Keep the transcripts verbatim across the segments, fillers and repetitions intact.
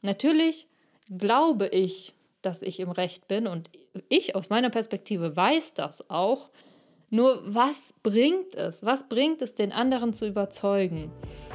Natürlich glaube ich, dass ich im Recht bin und ich aus meiner Perspektive weiß das auch. Nur was bringt es? Was bringt es, den anderen zu überzeugen?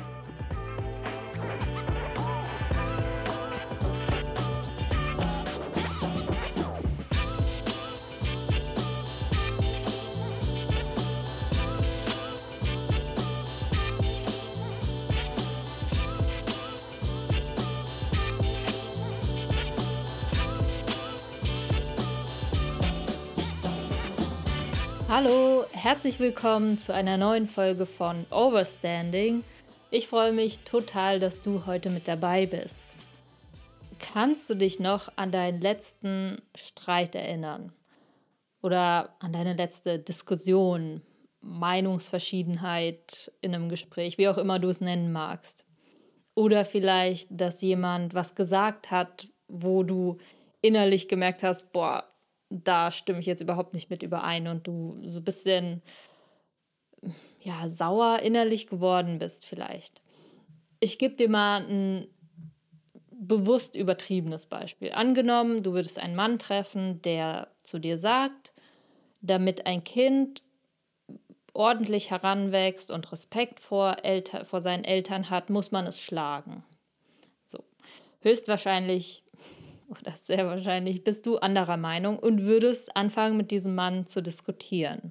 Hallo, herzlich willkommen zu einer neuen Folge von Overstanding. Ich freue mich total, dass du heute mit dabei bist. Kannst du dich noch an deinen letzten Streit erinnern? Oder an deine letzte Diskussion, Meinungsverschiedenheit in einem Gespräch, wie auch immer du es nennen magst? Oder vielleicht, dass jemand was gesagt hat, wo du innerlich gemerkt hast, boah, da stimme ich jetzt überhaupt nicht mit überein und du so ein bisschen ja, sauer innerlich geworden bist vielleicht. Ich gebe dir mal ein bewusst übertriebenes Beispiel. Angenommen, du würdest einen Mann treffen, der zu dir sagt, damit ein Kind ordentlich heranwächst und Respekt vor, Elter- vor seinen Eltern hat, muss man es schlagen. So. Höchstwahrscheinlich oder sehr wahrscheinlich bist du anderer Meinung und würdest anfangen, mit diesem Mann zu diskutieren.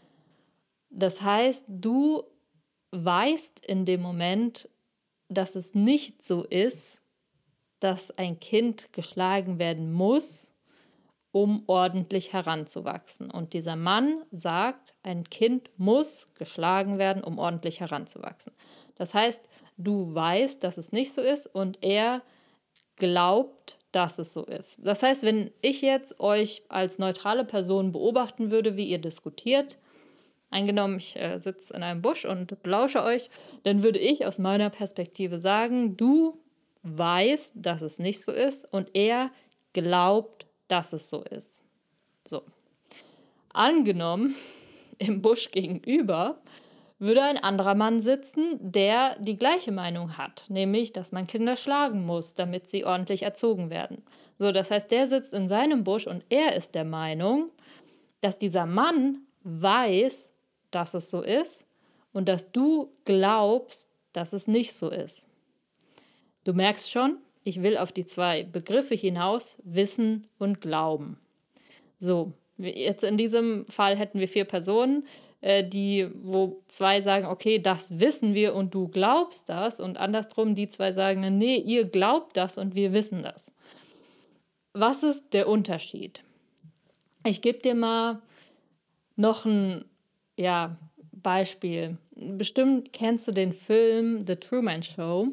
Das heißt, du weißt in dem Moment, dass es nicht so ist, dass ein Kind geschlagen werden muss, um ordentlich heranzuwachsen. Und dieser Mann sagt, ein Kind muss geschlagen werden, um ordentlich heranzuwachsen. Das heißt, du weißt, dass es nicht so ist und er glaubt, dass es so ist. Das heißt, wenn ich jetzt euch als neutrale Person beobachten würde, wie ihr diskutiert, angenommen, ich äh, sitze in einem Busch und belausche euch, dann würde ich aus meiner Perspektive sagen, du weißt, dass es nicht so ist und er glaubt, dass es so ist. So. Angenommen, im Busch gegenüber würde ein anderer Mann sitzen, der die gleiche Meinung hat, nämlich, dass man Kinder schlagen muss, damit sie ordentlich erzogen werden. So, das heißt, der sitzt in seinem Busch und er ist der Meinung, dass dieser Mann weiß, dass es so ist und dass du glaubst, dass es nicht so ist. Du merkst schon, ich will auf die zwei Begriffe hinaus, Wissen und Glauben. So, jetzt in diesem Fall hätten wir vier Personen, äh, die, wo zwei sagen, okay, das wissen wir und du glaubst das, und andersrum die zwei sagen, nee, ihr glaubt das und wir wissen das. Was ist der Unterschied? Ich gebe dir mal noch ein ja, Beispiel. Bestimmt kennst du den Film The Truman Show,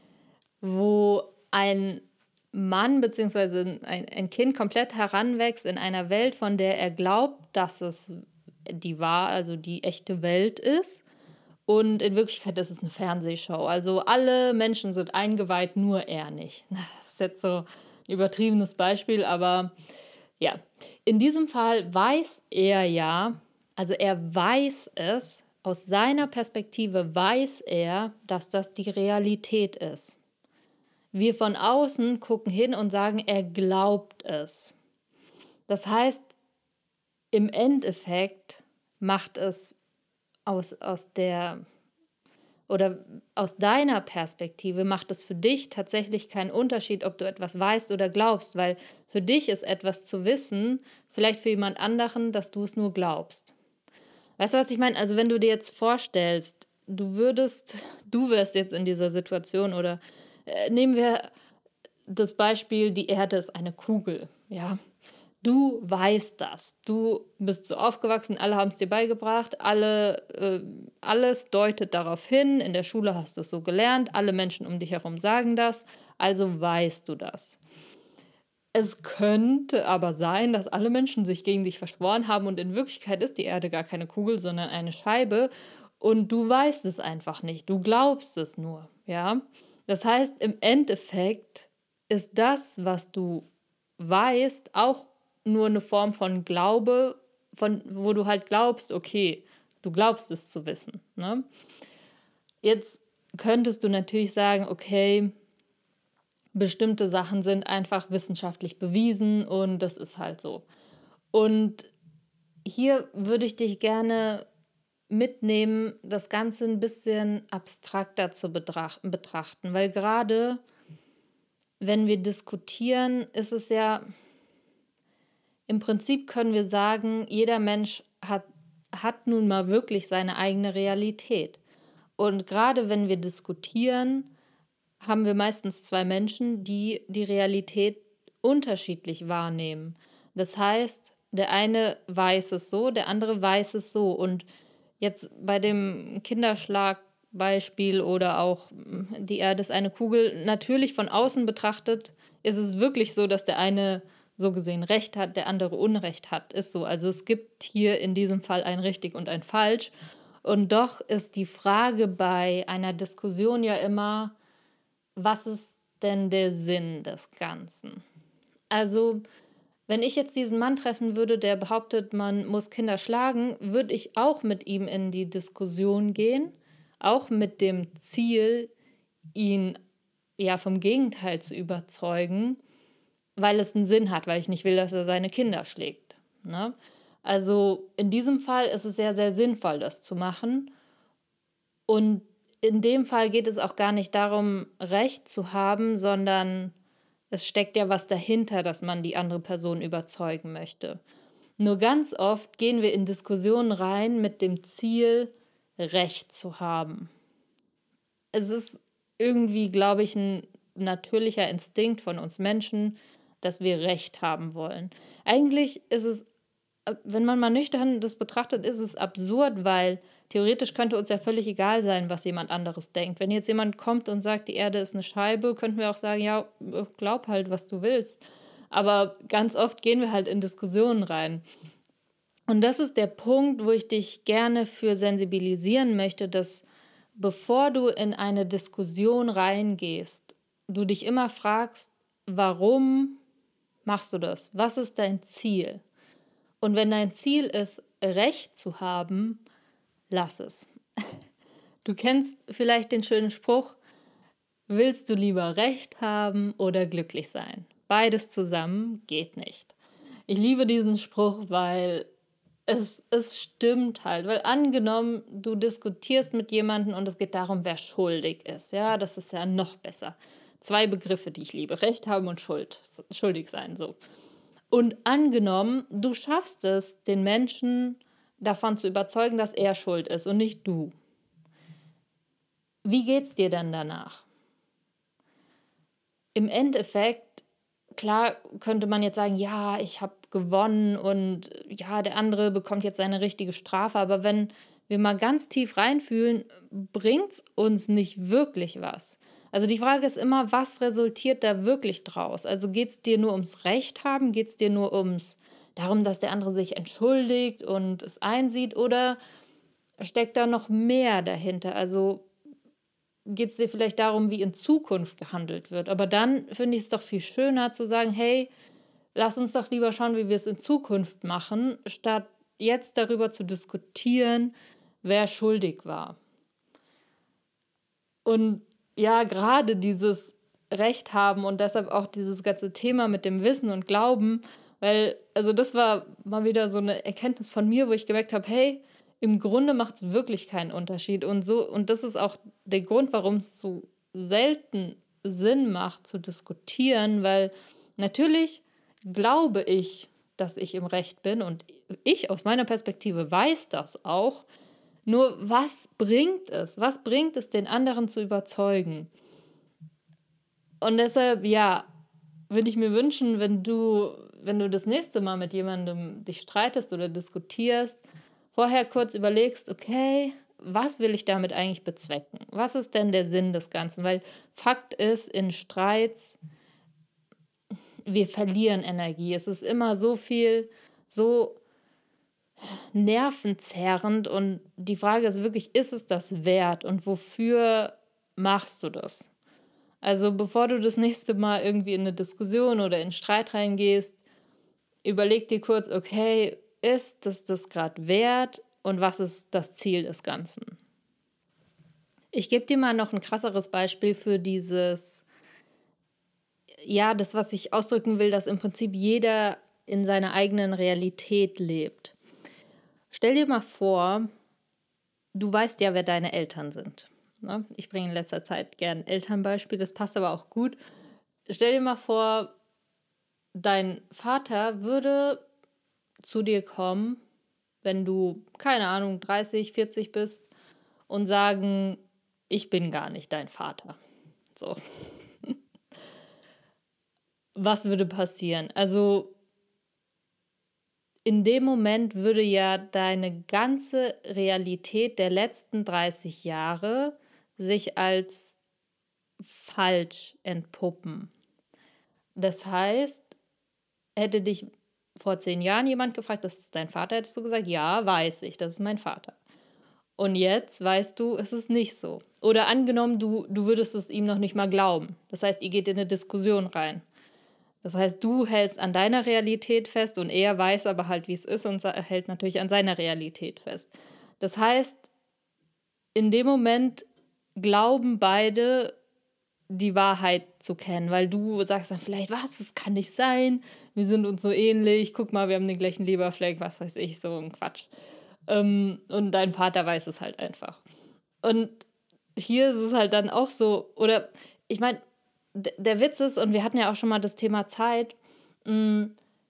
wo ein Mann bzw. ein, ein Kind komplett heranwächst in einer Welt, von der er glaubt, dass es die wahr, also die echte Welt ist. Und in Wirklichkeit ist es eine Fernsehshow. Also alle Menschen sind eingeweiht, nur er nicht. Das ist jetzt so ein übertriebenes Beispiel, aber ja. In diesem Fall weiß er ja, also er weiß es, aus seiner Perspektive weiß er, dass das die Realität ist. Wir von außen gucken hin und sagen, er glaubt es. Das heißt, im Endeffekt macht es aus, aus der oder aus deiner Perspektive macht es für dich tatsächlich keinen Unterschied, ob du etwas weißt oder glaubst, weil für dich ist etwas zu wissen, vielleicht für jemand anderen, dass du es nur glaubst. Weißt du, was ich meine? Also wenn du dir jetzt vorstellst, du würdest, du wärst jetzt in dieser Situation oder äh, nehmen wir das Beispiel, die Erde ist eine Kugel, ja. Du weißt das. Du bist so aufgewachsen, alle haben es dir beigebracht, alle, äh, alles deutet darauf hin, in der Schule hast du es so gelernt, alle Menschen um dich herum sagen das, also weißt du das. Es könnte aber sein, dass alle Menschen sich gegen dich verschworen haben und in Wirklichkeit ist die Erde gar keine Kugel, sondern eine Scheibe und du weißt es einfach nicht, du glaubst es nur, ja. Das heißt, im Endeffekt ist das, was du weißt, auch nur eine Form von Glaube, von, wo du halt glaubst, okay, du glaubst es zu wissen. Ne? Jetzt könntest du natürlich sagen, okay, Bestimmte Sachen sind einfach wissenschaftlich bewiesen und das ist halt so. Und hier würde ich dich gerne mitnehmen, das Ganze ein bisschen abstrakter zu betrach- betrachten, weil gerade wenn wir diskutieren, ist es ja, im Prinzip können wir sagen, jeder Mensch hat, hat nun mal wirklich seine eigene Realität. Und gerade wenn wir diskutieren, haben wir meistens zwei Menschen, die die Realität unterschiedlich wahrnehmen. Das heißt, der eine weiß es so, der andere weiß es so. Und jetzt bei dem Kinderschlagbeispiel oder auch mm, die Erde ist eine Kugel, natürlich von außen betrachtet, ist es wirklich so, dass der eine so gesehen Recht hat, der andere Unrecht hat. Ist so. Also es gibt hier in diesem Fall ein richtig und ein falsch. Und doch ist die Frage bei einer Diskussion ja immer, was ist denn der Sinn des Ganzen? Also, wenn ich jetzt diesen Mann treffen würde, der behauptet, man muss Kinder schlagen, würde ich auch mit ihm in die Diskussion gehen, auch mit dem Ziel, ihn ja vom Gegenteil zu überzeugen, weil es einen Sinn hat, weil ich nicht will, dass er seine Kinder schlägt. Ne? Also in diesem Fall ist es sehr, sehr sinnvoll, das zu machen. Und in dem Fall geht es auch gar nicht darum, Recht zu haben, sondern es steckt ja was dahinter, dass man die andere Person überzeugen möchte. Nur ganz oft gehen wir in Diskussionen rein mit dem Ziel, Recht zu haben. Es ist irgendwie, glaube ich, ein natürlicher Instinkt von uns Menschen, dass wir Recht haben wollen. Eigentlich ist es, wenn man mal nüchtern das betrachtet, ist es absurd, weil theoretisch könnte uns ja völlig egal sein, was jemand anderes denkt. Wenn jetzt jemand kommt und sagt, die Erde ist eine Scheibe, könnten wir auch sagen, ja, glaub halt, was du willst. Aber ganz oft gehen wir halt in Diskussionen rein. Und das ist der Punkt, wo ich dich gerne für sensibilisieren möchte, dass bevor du in eine Diskussion reingehst, du dich immer fragst, warum machst du das? Was ist dein Ziel? Und wenn dein Ziel ist, Recht zu haben, lass es. Du kennst vielleicht den schönen Spruch, willst du lieber Recht haben oder glücklich sein? Beides zusammen geht nicht. Ich liebe diesen Spruch, weil es, es stimmt halt. Weil angenommen, du diskutierst mit jemandem und es geht darum, wer schuldig ist. Ja, das ist ja noch besser. Zwei Begriffe, die ich liebe. Recht haben und Schuld. Schuldig sein, so. Und angenommen, du schaffst es, den Menschen davon zu überzeugen, dass er schuld ist und nicht du. Wie geht's dir denn danach? Im Endeffekt, klar könnte man jetzt sagen, ja, ich habe gewonnen und ja, der andere bekommt jetzt seine richtige Strafe, aber wenn wir mal ganz tief reinfühlen, bringt es uns nicht wirklich was. Also die Frage ist immer, was resultiert da wirklich draus? Also geht es dir nur ums Recht haben? Geht es dir nur ums darum, dass der andere sich entschuldigt und es einsieht? Oder steckt da noch mehr dahinter? Also geht es dir vielleicht darum, wie in Zukunft gehandelt wird? Aber dann finde ich es doch viel schöner zu sagen, hey, lass uns doch lieber schauen, wie wir es in Zukunft machen, statt jetzt darüber zu diskutieren, wer schuldig war. Und ja, gerade dieses Recht haben und deshalb auch dieses ganze Thema mit dem Wissen und Glauben, weil, also das war mal wieder so eine Erkenntnis von mir, wo ich gemerkt habe, hey, im Grunde macht es wirklich keinen Unterschied. Und so, und das ist auch der Grund, warum es so selten Sinn macht zu diskutieren, weil natürlich glaube ich, dass ich im Recht bin und ich aus meiner Perspektive weiß das auch. Nur was bringt es? Was bringt es, den anderen zu überzeugen? Und deshalb, ja, würde ich mir wünschen, wenn du, wenn du das nächste Mal mit jemandem dich streitest oder diskutierst, vorher kurz überlegst, okay, was will ich damit eigentlich bezwecken? Was ist denn der Sinn des Ganzen? Weil Fakt ist, in Streits, wir verlieren Energie. Es ist immer so viel, so nervenzerrend und die Frage ist wirklich, ist es das wert und wofür machst du das? Also bevor du das nächste Mal irgendwie in eine Diskussion oder in einen Streit reingehst, überleg dir kurz, okay, ist das das gerade wert und was ist das Ziel des Ganzen? Ich gebe dir mal noch ein krasseres Beispiel für dieses ja, das, was ich ausdrücken will, dass im Prinzip jeder in seiner eigenen Realität lebt. Stell dir mal vor, du weißt ja, wer deine Eltern sind. Ne? Ich bringe in letzter Zeit gern Elternbeispiel, das passt aber auch gut. Stell dir mal vor, dein Vater würde zu dir kommen, wenn du, keine Ahnung, dreißig, vierzig bist und sagen, ich bin gar nicht dein Vater. So. Was würde passieren? Also in dem Moment würde ja deine ganze Realität der letzten dreißig Jahre sich als falsch entpuppen. Das heißt, hätte dich vor zehn Jahren jemand gefragt, das ist dein Vater, hättest du gesagt, ja, weiß ich, das ist mein Vater. Und jetzt weißt du, es ist nicht so. Oder angenommen, du, du würdest es ihm noch nicht mal glauben. Das heißt, ihr geht in eine Diskussion rein. Das heißt, du hältst an deiner Realität fest und er weiß aber halt, wie es ist und hält natürlich an seiner Realität fest. Das heißt, in dem Moment glauben beide, die Wahrheit zu kennen, weil du sagst dann vielleicht, was, das kann nicht sein, wir sind uns so ähnlich, guck mal, wir haben den gleichen Leberfleck, was weiß ich, so ein Quatsch. Ähm, und dein Vater weiß es halt einfach. Und hier ist es halt dann auch so, oder ich meine, d- der Witz ist, und wir hatten ja auch schon mal das Thema Zeit, mh,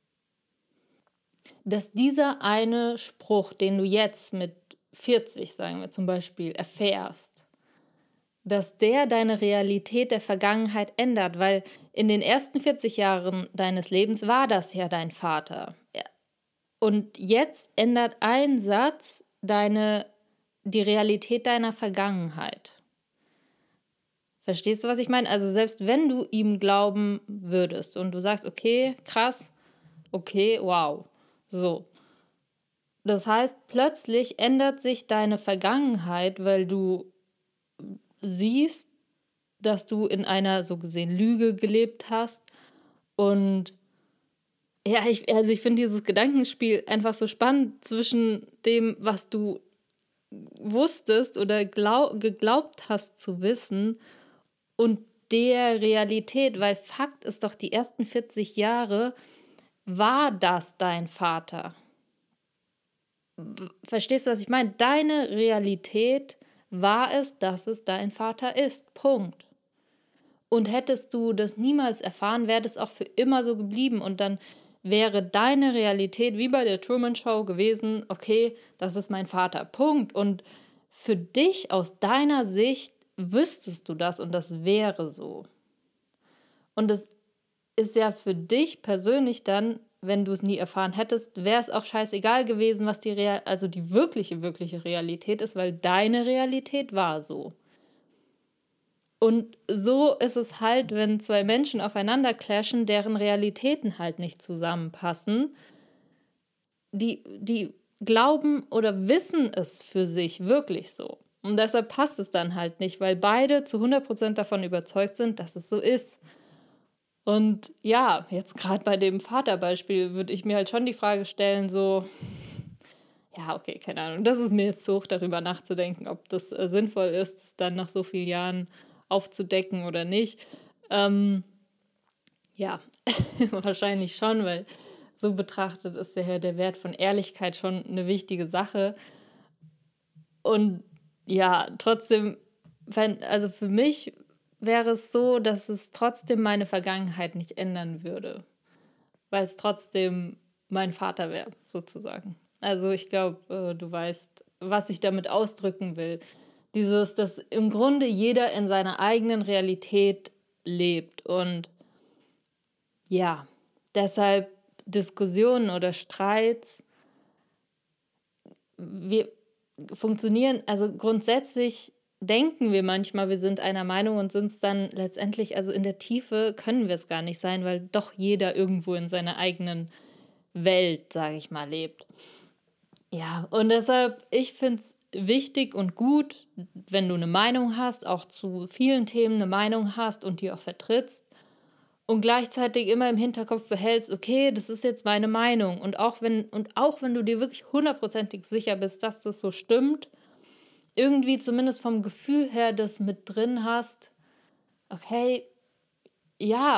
dass dieser eine Spruch, den du jetzt mit vierzig, sagen wir zum Beispiel, erfährst, dass der deine Realität der Vergangenheit ändert, weil in den ersten vierzig Jahren deines Lebens war das ja dein Vater. Ja. Und jetzt ändert ein Satz deine, die Realität deiner Vergangenheit. Verstehst du, was ich meine? Also selbst wenn du ihm glauben würdest und du sagst, okay, krass, okay, wow, so. Das heißt, plötzlich ändert sich deine Vergangenheit, weil du siehst, dass du in einer so gesehen Lüge gelebt hast. Und ja, ich, also ich finde dieses Gedankenspiel einfach so spannend zwischen dem, was du wusstest oder glaub, geglaubt hast zu wissen und der Realität, weil Fakt ist doch, die ersten vierzig Jahre war das dein Vater. Verstehst du, was ich meine? Deine Realität war es, dass es dein Vater ist. Punkt. Und hättest du das niemals erfahren, wäre das auch für immer so geblieben. Und dann wäre deine Realität wie bei der Truman Show gewesen, okay, das ist mein Vater. Punkt. Und für dich aus deiner Sicht wüsstest du das und das wäre so. Und es ist ja für dich persönlich dann, wenn du es nie erfahren hättest, wäre es auch scheißegal gewesen, was die Real, also die wirkliche, wirkliche Realität ist, weil deine Realität war so. Und so ist es halt, wenn zwei Menschen aufeinander clashen, deren Realitäten halt nicht zusammenpassen. Die, die glauben oder wissen es für sich wirklich so. Und deshalb passt es dann halt nicht, weil beide zu hundert Prozent davon überzeugt sind, dass es so ist. Und ja, jetzt gerade bei dem Vaterbeispiel würde ich mir halt schon die Frage stellen, so, ja, okay, keine Ahnung, das ist mir jetzt zu hoch, darüber nachzudenken, ob das äh, sinnvoll ist, es dann nach so vielen Jahren aufzudecken oder nicht. Ähm, ja, wahrscheinlich schon, weil so betrachtet ist ja der Wert von Ehrlichkeit schon eine wichtige Sache. Und ja, trotzdem, wenn, also für mich wäre es so, dass es trotzdem meine Vergangenheit nicht ändern würde, weil es trotzdem mein Vater wäre, sozusagen. Also ich glaube, äh, du weißt, was ich damit ausdrücken will. Dieses, dass im Grunde jeder in seiner eigenen Realität lebt und ja, deshalb Diskussionen oder Streits, wir funktionieren, also grundsätzlich denken wir manchmal, wir sind einer Meinung und sind es dann letztendlich, also in der Tiefe können wir es gar nicht sein, weil doch jeder irgendwo in seiner eigenen Welt, sage ich mal, lebt. Ja, und deshalb, ich finde es wichtig und gut, wenn du eine Meinung hast, auch zu vielen Themen eine Meinung hast und die auch vertrittst und gleichzeitig immer im Hinterkopf behältst, okay, das ist jetzt meine Meinung. Und auch wenn, und auch wenn du dir wirklich hundertprozentig sicher bist, dass das so stimmt, irgendwie zumindest vom Gefühl her das mit drin hast, okay, ja,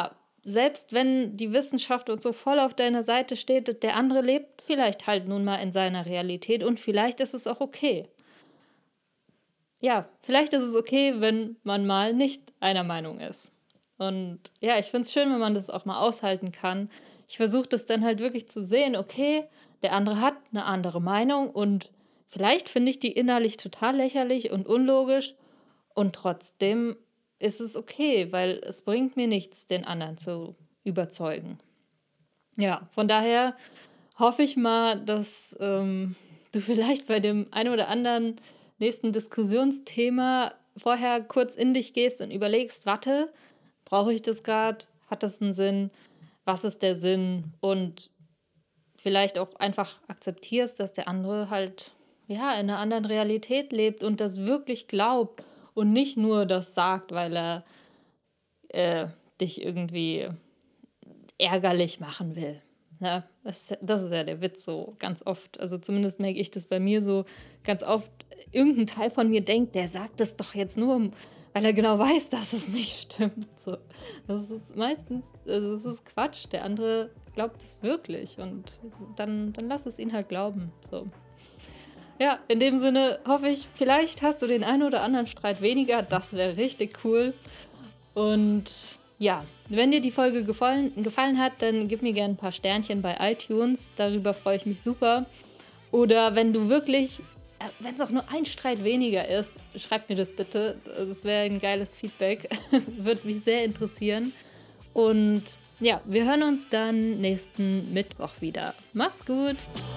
selbst wenn die Wissenschaft und so voll auf deiner Seite steht, der andere lebt vielleicht halt nun mal in seiner Realität und vielleicht ist es auch okay. Ja, vielleicht ist es okay, wenn man mal nicht einer Meinung ist. Und ja, ich finde es schön, wenn man das auch mal aushalten kann. Ich versuche das dann halt wirklich zu sehen, okay, der andere hat eine andere Meinung und vielleicht finde ich die innerlich total lächerlich und unlogisch und trotzdem ist es okay, weil es bringt mir nichts, den anderen zu überzeugen. Ja, von daher hoffe ich mal, dass ähm, du vielleicht bei dem einen oder anderen nächsten Diskussionsthema vorher kurz in dich gehst und überlegst, warte, brauche ich das gerade? Hat das einen Sinn? Was ist der Sinn? Und vielleicht auch einfach akzeptierst, dass der andere halt ja in einer anderen Realität lebt und das wirklich glaubt und nicht nur das sagt, weil er äh, dich irgendwie ärgerlich machen will. Ja, das, das ist ja der Witz so ganz oft. Also zumindest merke ich das bei mir so ganz oft. Irgendein Teil von mir denkt, der sagt das doch jetzt nur, um- weil er genau weiß, dass es nicht stimmt. So. Das ist meistens, also das ist Quatsch. Der andere glaubt es wirklich und dann, dann lass es ihn halt glauben. So. Ja, in dem Sinne hoffe ich, vielleicht hast du den einen oder anderen Streit weniger. Das wäre richtig cool. Und ja, wenn dir die Folge gefallen, gefallen hat, dann gib mir gerne ein paar Sternchen bei iTunes. Darüber freue ich mich super. Oder wenn du wirklich, äh, wenn es auch nur ein Streit weniger ist, schreib mir das bitte. Das wäre ein geiles Feedback. Würde mich sehr interessieren. Und ja, wir hören uns dann nächsten Mittwoch wieder. Mach's gut!